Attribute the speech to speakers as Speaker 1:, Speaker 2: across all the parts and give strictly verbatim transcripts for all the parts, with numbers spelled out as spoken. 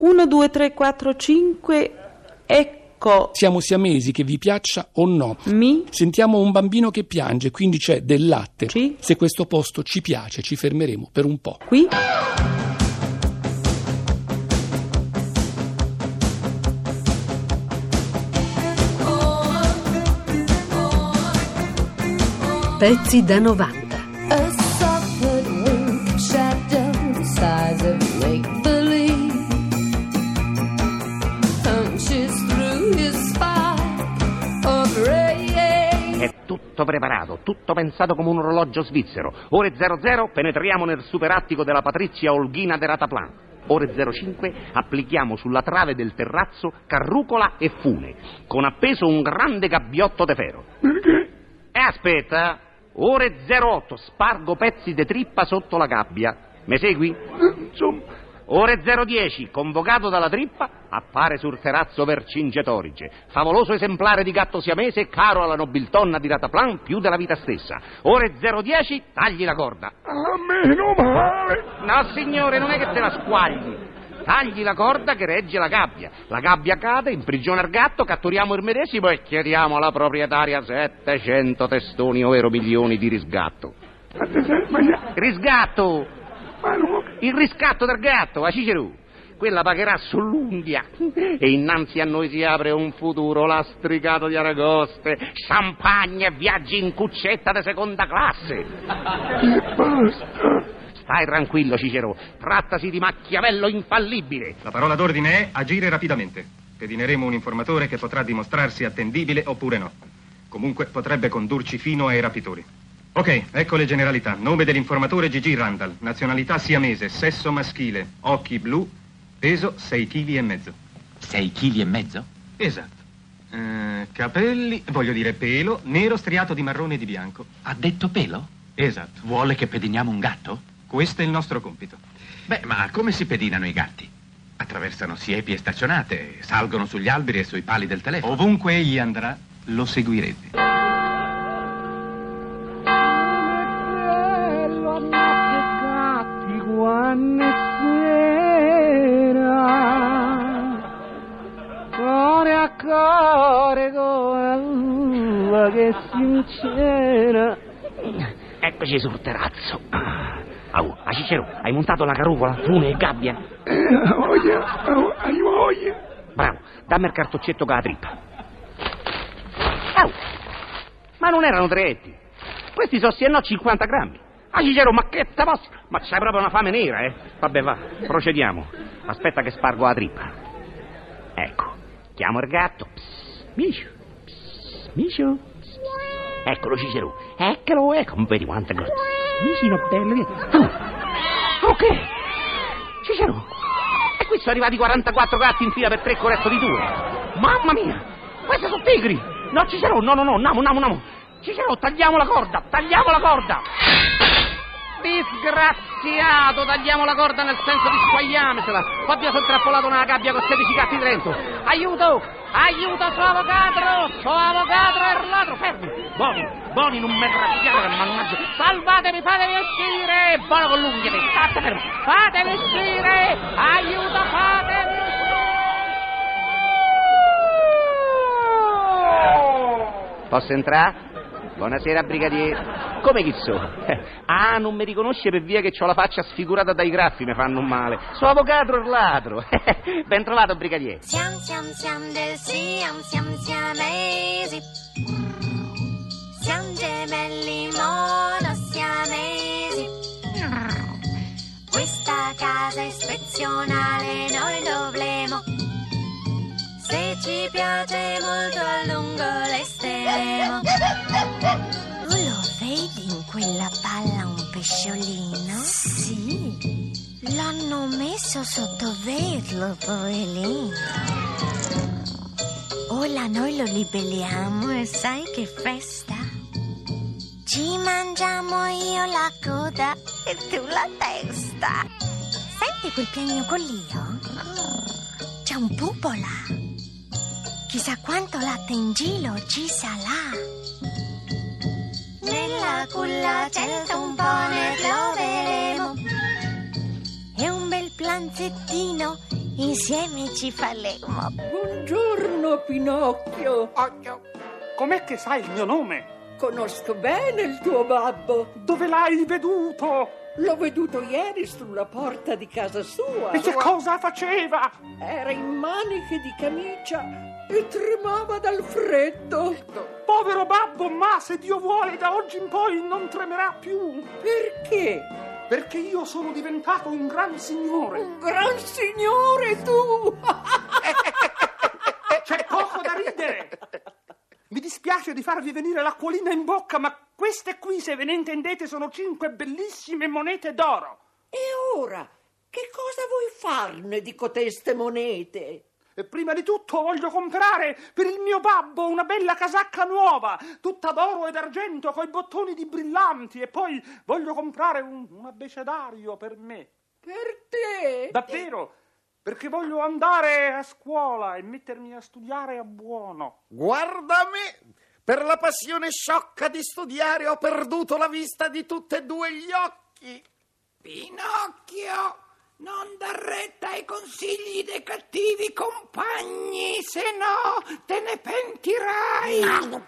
Speaker 1: uno, due, tre, quattro, cinque, ecco.
Speaker 2: Siamo siamesi, che vi piaccia o no.
Speaker 1: Mi.
Speaker 2: Sentiamo un bambino che piange, quindi c'è del latte.
Speaker 1: Ci.
Speaker 2: Se questo posto ci piace, ci fermeremo per un po'.
Speaker 1: Qui.
Speaker 3: Pezzi da novanta.
Speaker 4: È tutto preparato, tutto pensato come un orologio svizzero. Ore zero zero penetriamo nel superattico della Patrizia Olghina de Rataplan. Ore zero cinque applichiamo sulla trave del terrazzo carrucola e fune, con appeso un grande gabbiotto de ferro.
Speaker 5: Perché?
Speaker 4: E aspetta, ore zero otto spargo pezzi de trippa sotto la gabbia. Me segui?
Speaker 5: Insomma...
Speaker 4: Ore zero dieci, convocato dalla trippa, appare sul terrazzo Vercingetorige, favoloso esemplare di gatto siamese, caro alla nobiltonna di Rataplan più della vita stessa. Ore zero dieci, tagli la corda.
Speaker 5: Ah, meno male!
Speaker 4: No, signore, non è che te la squagli. Tagli la corda che regge la gabbia. La gabbia cade, imprigiona il gatto, catturiamo il medesimo e chiediamo alla proprietaria settecento testoni, ovvero milioni di risgatto. Risgatto! Il riscatto del gatto, a Cicero. Quella pagherà sull'unghia. E innanzi a noi si apre un futuro lastricato di aragoste, champagne e viaggi in cuccetta di seconda classe.
Speaker 5: E basta.
Speaker 4: Stai tranquillo, Cicero. Trattasi di Machiavello infallibile.
Speaker 6: La parola d'ordine è agire rapidamente. Pedineremo un informatore che potrà dimostrarsi attendibile oppure no. Comunque potrebbe condurci fino ai rapitori. Ok, ecco le generalità. Nome dell'informatore Gigi Randall, nazionalità siamese, sesso maschile, occhi blu, peso sei chili e mezzo.
Speaker 7: Sei chili e mezzo?
Speaker 6: Esatto. Eh, capelli, voglio dire pelo, nero striato di marrone e di bianco.
Speaker 7: Ha detto pelo?
Speaker 6: Esatto.
Speaker 7: Vuole che pediniamo un gatto?
Speaker 6: Questo è il nostro compito.
Speaker 7: Beh, ma come si pedinano i gatti? Attraversano siepi e staccionate, salgono sugli alberi e sui pali del telefono.
Speaker 6: Ovunque egli andrà, lo seguirete.
Speaker 1: Che sincera.
Speaker 4: Eccoci sul terrazzo. Au, a Cicero, hai montato la carrucola, fune e gabbia?
Speaker 5: Eh, voglia, hai voglia.
Speaker 4: Bravo, dammi il cartoccetto con la trippa. Au, ma non erano treetti. Questi sono sì e no cinquanta grammi. Ah, Cicero, ma che te posso... Ma c'hai proprio una fame nera, eh? Vabbè, va, procediamo. Aspetta che spargo la trippa. Ecco, chiamo il gatto. Psst, Micio. Psst, Micio. Eccolo, Cicero, eccolo, ecco, vedi quante cose. Vicino, bello. Oh. Ok, Cicero, e qui sono arrivati quarantaquattro gatti in fila per tre corretto di due. Mamma mia, questi sono tigri. No, Cicero, no, no, no, namo, namo, namo. Cicero, tagliamo la corda, tagliamo la corda. Disgraziato, tagliamo la corda nel senso di squagliamesela. Oddio, sono trappolato nella gabbia con sedici gatti dentro. Aiuto, aiuto, suo avvocato, suo avvocato è il ladro. Fermi, buoni, buoni, non mi razziate, mannaggia. Salvatemi, fatemi uscire. Buono con l'unghia, state fermi. Fatemi uscire, aiuto, fatemi uscire. Posso entrare? Buonasera, brigadiere. Come chi so? Ah, non mi riconosce per via che ho la faccia sfigurata dai graffi, mi fanno un male. Sono avvocato il ladro. Ben trovato, brigadiere.
Speaker 8: Siam siam siam del siam siam siamesi. Siam gemelli monosiamesi. Questa casa è ispezionale, noi dovremo. Se ci piace molto a lungo l'esteremo. Tu lo vedi in quella palla un pesciolino? Sì. L'hanno messo sotto velo, poverino. Ora noi lo libelliamo e sai che festa? Ci mangiamo io la coda e tu la testa. Senti quel piagnucolio? C'è un pupo là. Chissà quanto latte in giro ci sarà. Nella culla c'è il tompone, troveremo. E un bel planzettino insieme ci faremo.
Speaker 9: Buongiorno, Pinocchio.
Speaker 5: Occhio. Com'è che sai il mio nome?
Speaker 9: Conosco bene il tuo babbo.
Speaker 5: Dove l'hai veduto?
Speaker 9: L'ho veduto ieri sulla porta di casa sua.
Speaker 5: E che cosa faceva?
Speaker 9: Era in maniche di camicia e tremava dal freddo.
Speaker 5: Povero babbo, ma se Dio vuole da oggi in poi non tremerà più.
Speaker 9: Perché?
Speaker 5: Perché io sono diventato un gran signore.
Speaker 9: Un gran signore tu!
Speaker 5: C'è poco da ridere. Mi dispiace di farvi venire l'acquolina in bocca, ma queste qui, se ve ne intendete, sono cinque bellissime monete d'oro.
Speaker 9: E ora, che cosa vuoi farne di coteste monete?
Speaker 5: E prima di tutto voglio comprare per il mio babbo una bella casacca nuova, tutta d'oro ed argento, coi bottoni di brillanti, e poi voglio comprare un, un abbecedario per me.
Speaker 9: Per te?
Speaker 5: Davvero? Perché voglio andare a scuola e mettermi a studiare a buono.
Speaker 10: Guarda me! Per la passione sciocca di studiare ho perduto la vista di tutti e due gli occhi.
Speaker 11: Pinocchio, non dar retta ai consigli dei cattivi compagni, se no te ne pentirai.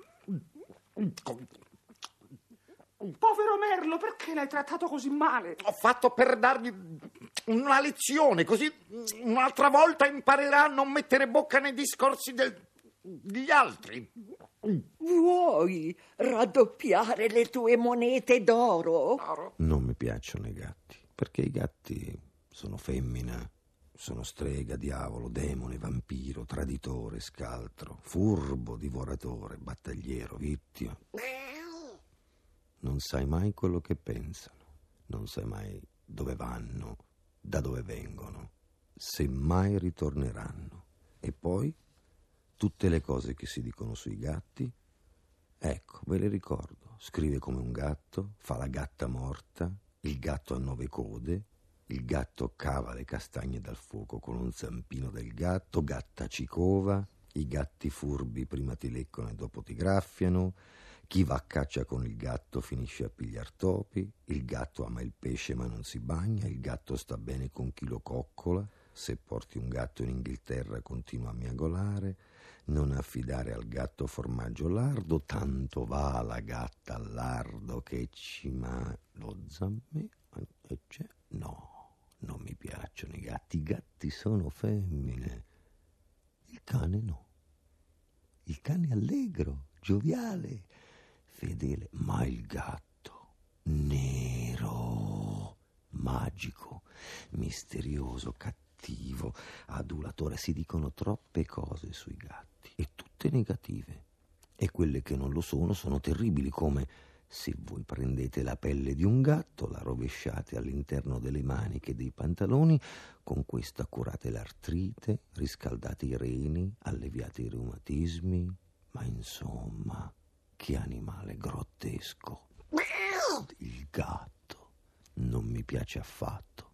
Speaker 5: Povero Merlo, perché l'hai trattato così male?
Speaker 10: Ho fatto per dargli una lezione, così un'altra volta imparerà a non mettere bocca nei discorsi del, degli altri.
Speaker 9: Vuoi raddoppiare le tue monete d'oro?
Speaker 12: Non mi piacciono i gatti, perché i gatti sono femmina, sono strega, diavolo, demone, vampiro, traditore, scaltro, furbo, divoratore, battagliero, vittima. Non sai mai quello che pensano, non sai mai dove vanno, da dove vengono, se mai ritorneranno. E poi tutte le cose che si dicono sui gatti, ecco, ve le ricordo. Scrive come un gatto, fa la gatta morta, il gatto ha nove code, il gatto cava le castagne dal fuoco con un zampino del gatto, gatta ci cova, i gatti furbi prima ti leccono e dopo ti graffiano, chi va a caccia con il gatto finisce a pigliar topi, il gatto ama il pesce ma non si bagna, il gatto sta bene con chi lo coccola, se porti un gatto in Inghilterra continua a miagolare, non affidare al gatto formaggio lardo, tanto va la gatta al lardo che ci ma lo zamme e c'è. No, non mi piacciono i gatti, i gatti sono femmine, il cane no, il cane è allegro, gioviale, fedele, ma il gatto nero, magico, misterioso, cattivo, adulatore. Si dicono troppe cose sui gatti e tutte negative, e quelle che non lo sono sono terribili, come se voi prendete la pelle di un gatto, la rovesciate all'interno delle maniche dei pantaloni, con questa curate l'artrite, riscaldate i reni, alleviate i reumatismi, ma insomma, che animale grottesco. Il gatto non mi piace affatto.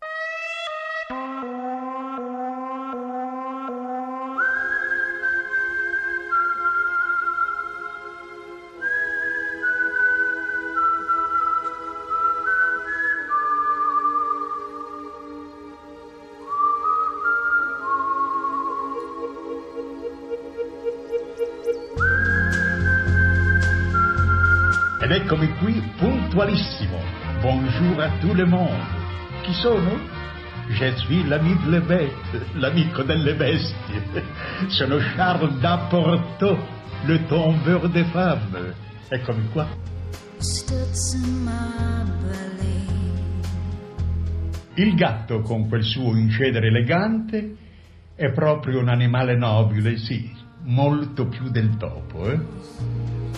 Speaker 13: Ed eccomi qui puntualissimo. Bonjour à tout le monde. Chi sono? Je suis l'ami delle bête, l'amico delle bestie. Sono Charles d'Apporto, le tombeur des femmes. Eccomi qua. Il gatto, con quel suo incedere elegante, è proprio un animale nobile, sì, molto più del topo, eh?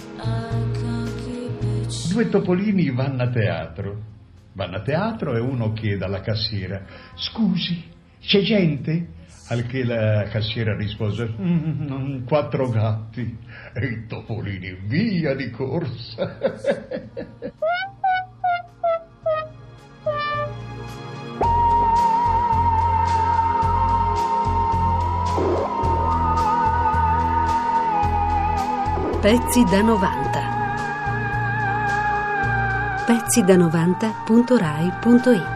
Speaker 13: Due topolini vanno a teatro. Vanno a teatro e uno chiede alla cassiera: scusi, c'è gente? Al che la cassiera rispose: mm, quattro gatti. E i topolini via di corsa.
Speaker 3: Pezzi da novanta. pezzi da novanta punto rai punto it